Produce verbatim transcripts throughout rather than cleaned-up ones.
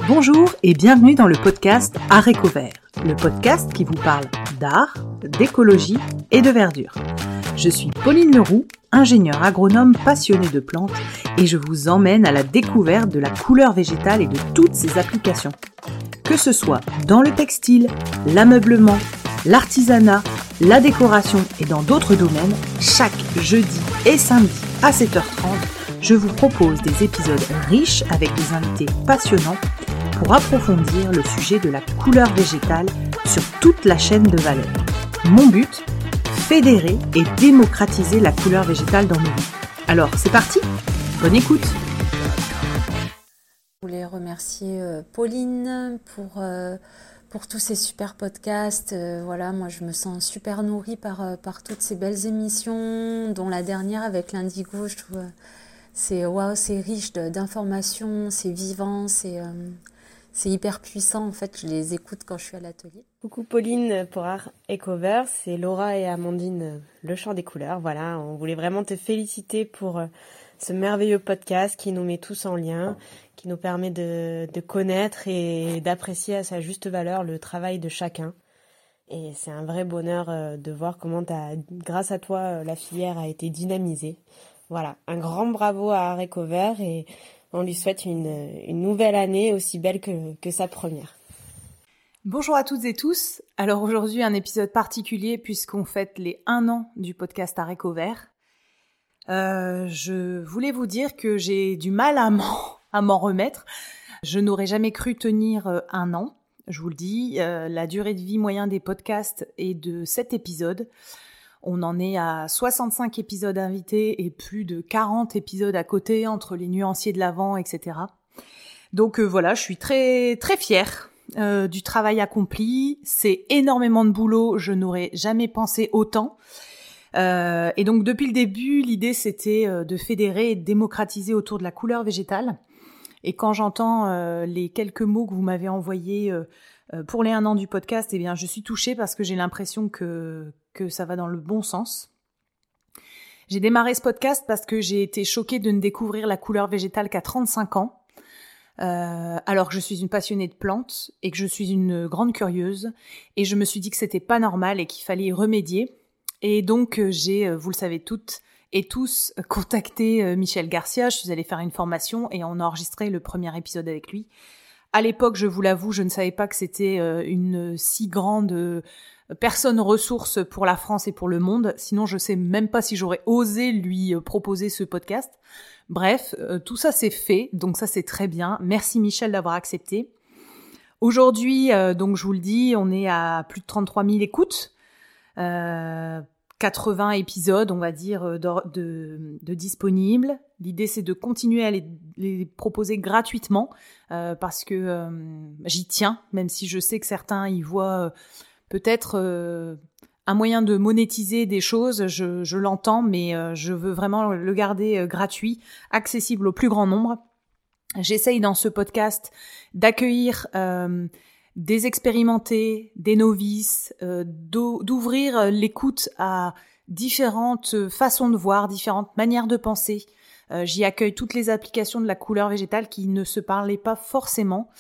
Bonjour et bienvenue dans le podcast Haricots Verts, le podcast qui vous parle d'art, d'écologie et de verdure. Je suis Pauline Leroux, ingénieure agronome passionnée de plantes et je vous emmène à la découverte de la couleur végétale et de toutes ses applications. Que ce soit dans le textile, l'ameublement, l'artisanat, la décoration et dans d'autres domaines, chaque jeudi et samedi à sept heures trente, je vous propose des épisodes riches avec des invités passionnants pour approfondir le sujet de la couleur végétale sur toute la chaîne de valeur. Mon but, fédérer et démocratiser la couleur végétale dans nos vies. Alors, c'est parti, bonne écoute. Je voulais remercier euh, Pauline pour, euh, pour tous ces super podcasts. Euh, voilà, moi je me sens super nourrie par, euh, par toutes ces belles émissions, dont la dernière avec l'Indigo, je trouve... Euh, C'est waouh, c'est riche de, d'informations, c'est vivant, c'est, euh, c'est hyper puissant. En fait, je les écoute quand je suis à l'atelier. Coucou Pauline pour Haricots Verts, c'est Laura et Amandine Le Chant des Couleurs. Voilà, on voulait vraiment te féliciter pour ce merveilleux podcast qui nous met tous en lien, qui nous permet de, de connaître et d'apprécier à sa juste valeur le travail de chacun. Et c'est un vrai bonheur de voir comment t'as, grâce à toi, la filière a été dynamisée. Voilà, un grand bravo à Haricots Verts et on lui souhaite une, une nouvelle année aussi belle que, que sa première. Bonjour à toutes et tous. Alors aujourd'hui, un épisode particulier puisqu'on fête les un an du podcast Haricots Verts. Euh, je voulais vous dire que j'ai du mal à m'en, à m'en remettre. Je n'aurais jamais cru tenir un an. Je vous le dis, euh, la durée de vie moyenne des podcasts est de sept épisodes. On en est à soixante-cinq épisodes invités et plus de quarante épisodes à côté entre les nuanciers de l'Avent, et cetera. Donc euh, voilà, je suis très très fière euh, du travail accompli. C'est énormément de boulot, je n'aurais jamais pensé autant. Euh, et donc depuis le début, l'idée c'était euh, de fédérer et de démocratiser autour de la couleur végétale. Et quand j'entends euh, les quelques mots que vous m'avez envoyés euh, euh, pour les un an du podcast, eh bien je suis touchée parce que j'ai l'impression que que ça va dans le bon sens. J'ai démarré ce podcast parce que j'ai été choquée de ne découvrir la couleur végétale qu'à trente-cinq ans, euh, alors que je suis une passionnée de plantes et que je suis une grande curieuse, et je me suis dit que c'était pas normal et qu'il fallait y remédier. Et donc j'ai, vous le savez toutes et tous, contacté Michel Garcia. Je suis allée faire une formation et on a enregistré le premier épisode avec lui. À l'époque, je vous l'avoue, je ne savais pas que c'était une si grande personne ressource pour la France et pour le monde. Sinon, je sais même pas si j'aurais osé lui proposer ce podcast. Bref, tout ça c'est fait, donc ça c'est très bien. Merci Michel d'avoir accepté. Aujourd'hui, donc je vous le dis, on est à plus de trente-trois mille écoutes. Euh, quatre-vingts épisodes, on va dire, de, de, de disponibles. L'idée, c'est de continuer à les, les proposer gratuitement euh, parce que euh, j'y tiens, même si je sais que certains y voient euh, peut-être euh, un moyen de monétiser des choses. Je, je l'entends, mais euh, je veux vraiment le garder euh, gratuit, accessible au plus grand nombre. J'essaye dans ce podcast d'accueillir... Euh, des expérimentés, des novices, euh, d'ouvrir l'écoute à différentes façons de voir, différentes manières de penser. Euh, j'y accueille toutes les applications de la couleur végétale qui ne se parlaient pas forcément.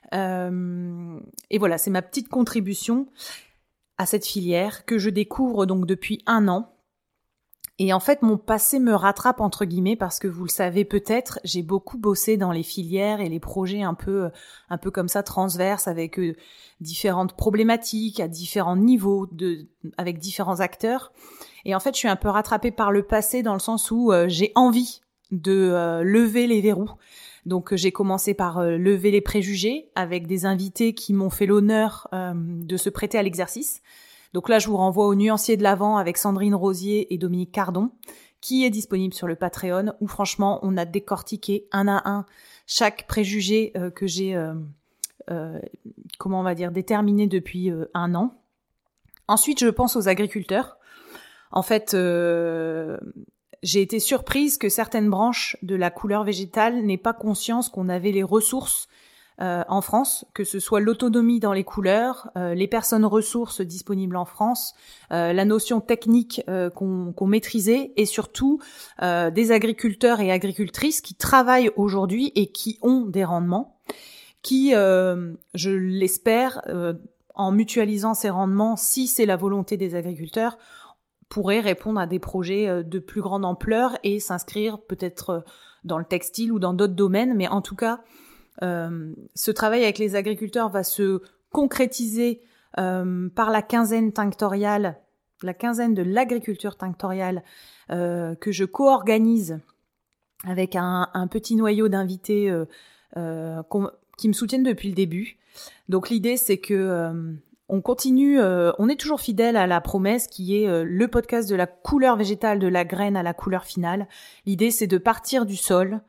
Euh, et voilà, c'est ma petite contribution à cette filière que je découvre donc depuis un an. Et en fait, mon passé me rattrape entre guillemets parce que vous le savez peut-être, j'ai beaucoup bossé dans les filières et les projets un peu, un peu comme ça transverses avec euh, différentes problématiques à différents niveaux, de, avec différents acteurs. Et en fait, je suis un peu rattrapée par le passé dans le sens où euh, j'ai envie de euh, lever les verrous. Donc, euh, j'ai commencé par euh, lever les préjugés avec des invités qui m'ont fait l'honneur euh, de se prêter à l'exercice. Donc là, je vous renvoie au nuancier de l'Avent avec Sandrine Rosier et Dominique Cardon, qui est disponible sur le Patreon, où franchement, on a décortiqué un à un chaque préjugé euh, que j'ai, euh, euh, comment on va dire, déterminé depuis euh, un an. Ensuite, je pense aux agriculteurs. En fait, euh, j'ai été surprise que certaines branches de la couleur végétale n'aient pas conscience qu'on avait les ressources Euh, en France, que ce soit l'autonomie dans les couleurs, euh, les personnes ressources disponibles en France, euh, la notion technique euh, qu'on, qu'on maîtrisait et surtout euh, des agriculteurs et agricultrices qui travaillent aujourd'hui et qui ont des rendements, qui, euh, je l'espère, euh, en mutualisant ces rendements, si c'est la volonté des agriculteurs, pourrait répondre à des projets de plus grande ampleur et s'inscrire peut-être dans le textile ou dans d'autres domaines. Mais en tout cas, euh, ce travail avec les agriculteurs va se concrétiser euh, par la quinzaine tinctoriale, la quinzaine de l'agriculture tinctoriale euh, que je co-organise avec un, un petit noyau d'invités euh, euh, qui me soutiennent depuis le début. Donc l'idée, c'est que euh, on continue, euh, on est toujours fidèle à la promesse qui est euh, le podcast de la couleur végétale, de la graine à la couleur finale. L'idée, c'est de partir du sol,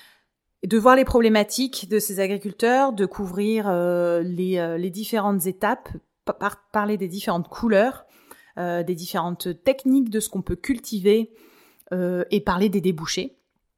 de voir les problématiques de ces agriculteurs, de couvrir euh, les, euh, les différentes étapes, par- parler des différentes couleurs, euh, des différentes techniques de ce qu'on peut cultiver euh, et parler des débouchés.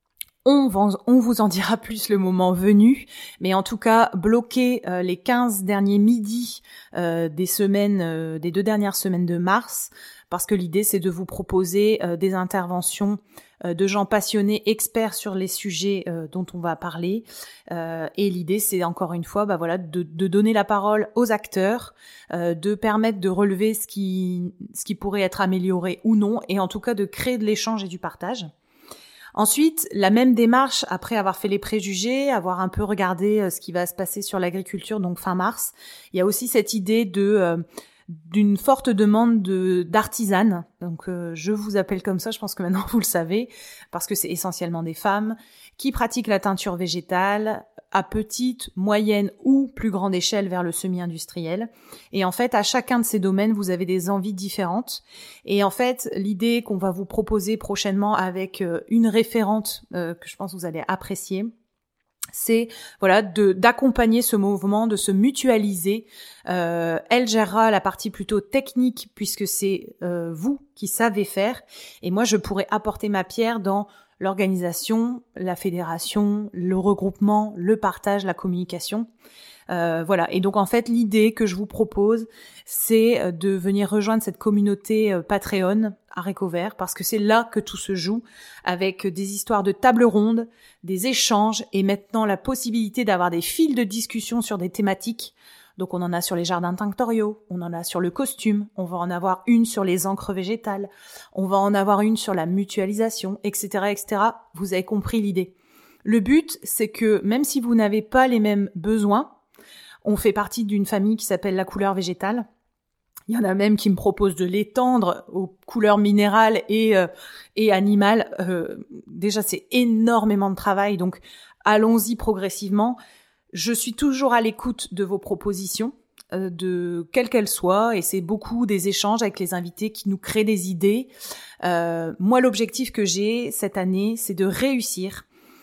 On, on vous en dira plus le moment venu, mais en tout cas, bloquez euh, les quinze derniers midis euh, des semaines, euh, des deux dernières semaines de mars, parce que l'idée, c'est de vous proposer euh, des interventions euh, de gens passionnés, experts sur les sujets euh, dont on va parler. Euh, et l'idée, c'est encore une fois, bah voilà, de, de donner la parole aux acteurs, euh, de permettre de relever ce qui, ce qui pourrait être amélioré ou non, et en tout cas de créer de l'échange et du partage. Ensuite, la même démarche, après avoir fait les préjugés, avoir un peu regardé ce qui va se passer sur l'agriculture, donc fin mars, il y a aussi cette idée de euh, d'une forte demande de d'artisanes. Donc euh, je vous appelle comme ça, je pense que maintenant vous le savez, parce que c'est essentiellement des femmes qui pratiquent la teinture végétale à petite, moyenne ou plus grande échelle vers le semi-industriel. Et en fait, à chacun de ces domaines, vous avez des envies différentes. Et en fait, l'idée qu'on va vous proposer prochainement avec une référente euh, que je pense que vous allez apprécier, c'est voilà de d'accompagner ce mouvement, de se mutualiser. Euh, elle gérera la partie plutôt technique puisque c'est euh, vous qui savez faire, et moi je pourrais apporter ma pierre dans l'organisation, la fédération, le regroupement, le partage, la communication. Euh, voilà. Et donc en fait, l'idée que je vous propose, c'est de venir rejoindre cette communauté Patreon Haricots Verts, parce que c'est là que tout se joue, avec des histoires de table ronde, des échanges, et maintenant la possibilité d'avoir des fils de discussion sur des thématiques. Donc on en a sur les jardins tinctoriaux, on en a sur le costume, on va en avoir une sur les encres végétales, on va en avoir une sur la mutualisation, et cetera, et cetera. Vous avez compris l'idée. Le but, c'est que même si vous n'avez pas les mêmes besoins, on fait partie d'une famille qui s'appelle la couleur végétale. Il y en a même qui me proposent de l'étendre aux couleurs minérales et, euh, et animales. Euh, déjà, c'est énormément de travail, donc allons-y progressivement. Je suis toujours à l'écoute de vos propositions, euh, de quelles qu'elles soient, et c'est beaucoup des échanges avec les invités qui nous créent des idées. Euh, moi, l'objectif que j'ai cette année, c'est de réussir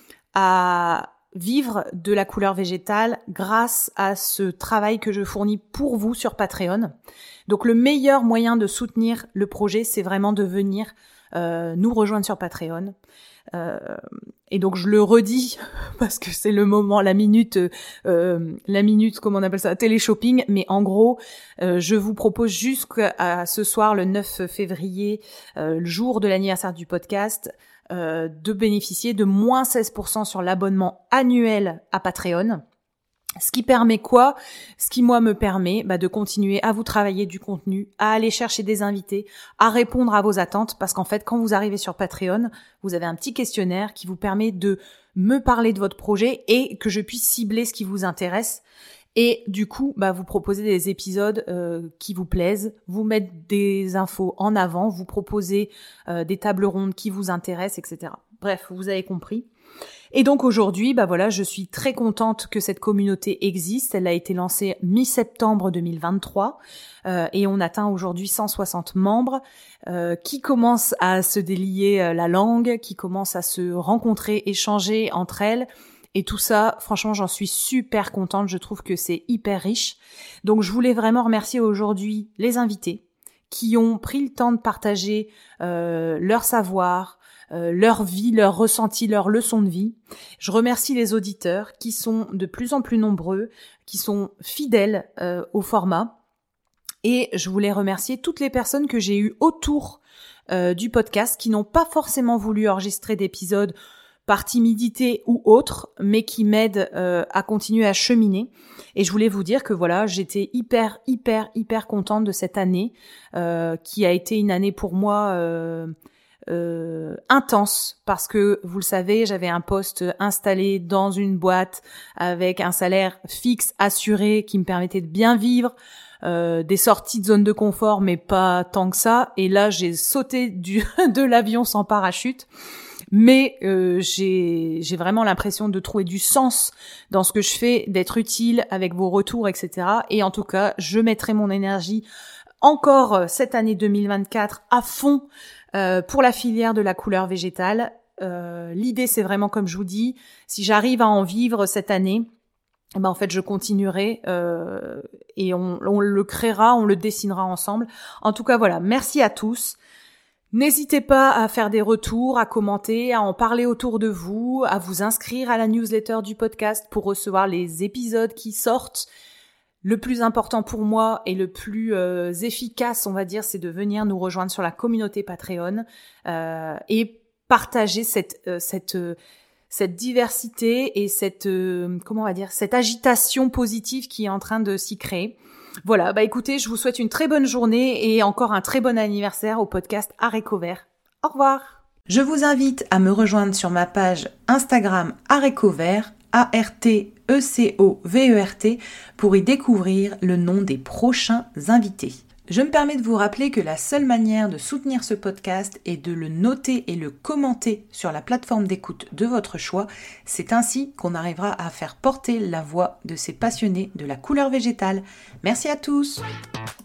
à vivre de la couleur végétale grâce à ce travail que je fournis pour vous sur Patreon. Donc le meilleur moyen de soutenir le projet, c'est vraiment de venir euh, nous rejoindre sur Patreon. Euh, et donc je le redis parce que c'est le moment, la minute, euh, la minute, comment on appelle ça, télé-shopping. Mais en gros, euh, je vous propose jusqu'à ce soir, le neuf février, euh, le jour de l'anniversaire du podcast, euh, de bénéficier de moins seize pour cent sur l'abonnement annuel à Patreon. Ce qui permet quoi ? Ce qui, moi, me permet bah, de continuer à vous travailler du contenu, à aller chercher des invités, à répondre à vos attentes, parce qu'en fait, quand vous arrivez sur Patreon, vous avez un petit questionnaire qui vous permet de me parler de votre projet et que je puisse cibler ce qui vous intéresse. Et du coup, bah, vous proposer des épisodes euh, qui vous plaisent, vous mettre des infos en avant, vous proposer euh, des tables rondes qui vous intéressent, et cetera. Bref, vous avez compris. Et donc aujourd'hui, bah voilà, je suis très contente que cette communauté existe. Elle a été lancée mi-septembre deux mille vingt-trois euh, et on atteint aujourd'hui cent soixante membres euh, qui commencent à se délier euh, la langue, qui commencent à se rencontrer, échanger entre elles. Et tout ça, franchement, j'en suis super contente. Je trouve que c'est hyper riche. Donc je voulais vraiment remercier aujourd'hui les invités qui ont pris le temps de partager euh, leur savoir, Euh, leur vie, leurs ressentis, leurs leçons de vie. Je remercie les auditeurs qui sont de plus en plus nombreux, qui sont fidèles euh, au format. Et je voulais remercier toutes les personnes que j'ai eues autour euh, du podcast qui n'ont pas forcément voulu enregistrer d'épisodes par timidité ou autre, mais qui m'aident euh, à continuer à cheminer. Et je voulais vous dire que voilà, j'étais hyper, hyper, hyper contente de cette année, euh, qui a été une année pour moi euh, euh, intense, parce que, vous le savez, j'avais un poste installé dans une boîte avec un salaire fixe assuré qui me permettait de bien vivre, euh, des sorties de zone de confort, mais pas tant que ça. Et là, j'ai sauté du, de l'avion sans parachute. Mais euh, j'ai, j'ai vraiment l'impression de trouver du sens dans ce que je fais, d'être utile avec vos retours, et cetera. Et en tout cas, je mettrai mon énergie encore cette année deux mille vingt-quatre à fond euh, pour la filière de la couleur végétale. Euh, l'idée, c'est vraiment, comme je vous dis, si j'arrive à en vivre cette année, eh ben en fait, je continuerai euh, et on, on le créera, on le dessinera ensemble. En tout cas, voilà, merci à tous. N'hésitez pas à faire des retours, à commenter, à en parler autour de vous, à vous inscrire à la newsletter du podcast pour recevoir les épisodes qui sortent. Le plus important pour moi et le plus euh, efficace, on va dire, c'est de venir nous rejoindre sur la communauté Patreon euh, et partager cette euh, cette euh, cette diversité et cette euh, comment on va dire cette agitation positive qui est en train de s'y créer. Voilà, bah écoutez, je vous souhaite une très bonne journée et encore un très bon anniversaire au podcast Haricots Verts. Au revoir. Je vous invite à me rejoindre sur ma page Instagram Haricots Verts, A R T E C O V E R T, pour y découvrir le nom des prochains invités. Je me permets de vous rappeler que la seule manière de soutenir ce podcast est de le noter et le commenter sur la plateforme d'écoute de votre choix. C'est ainsi qu'on arrivera à faire porter la voix de ces passionnés de la couleur végétale. Merci à tous!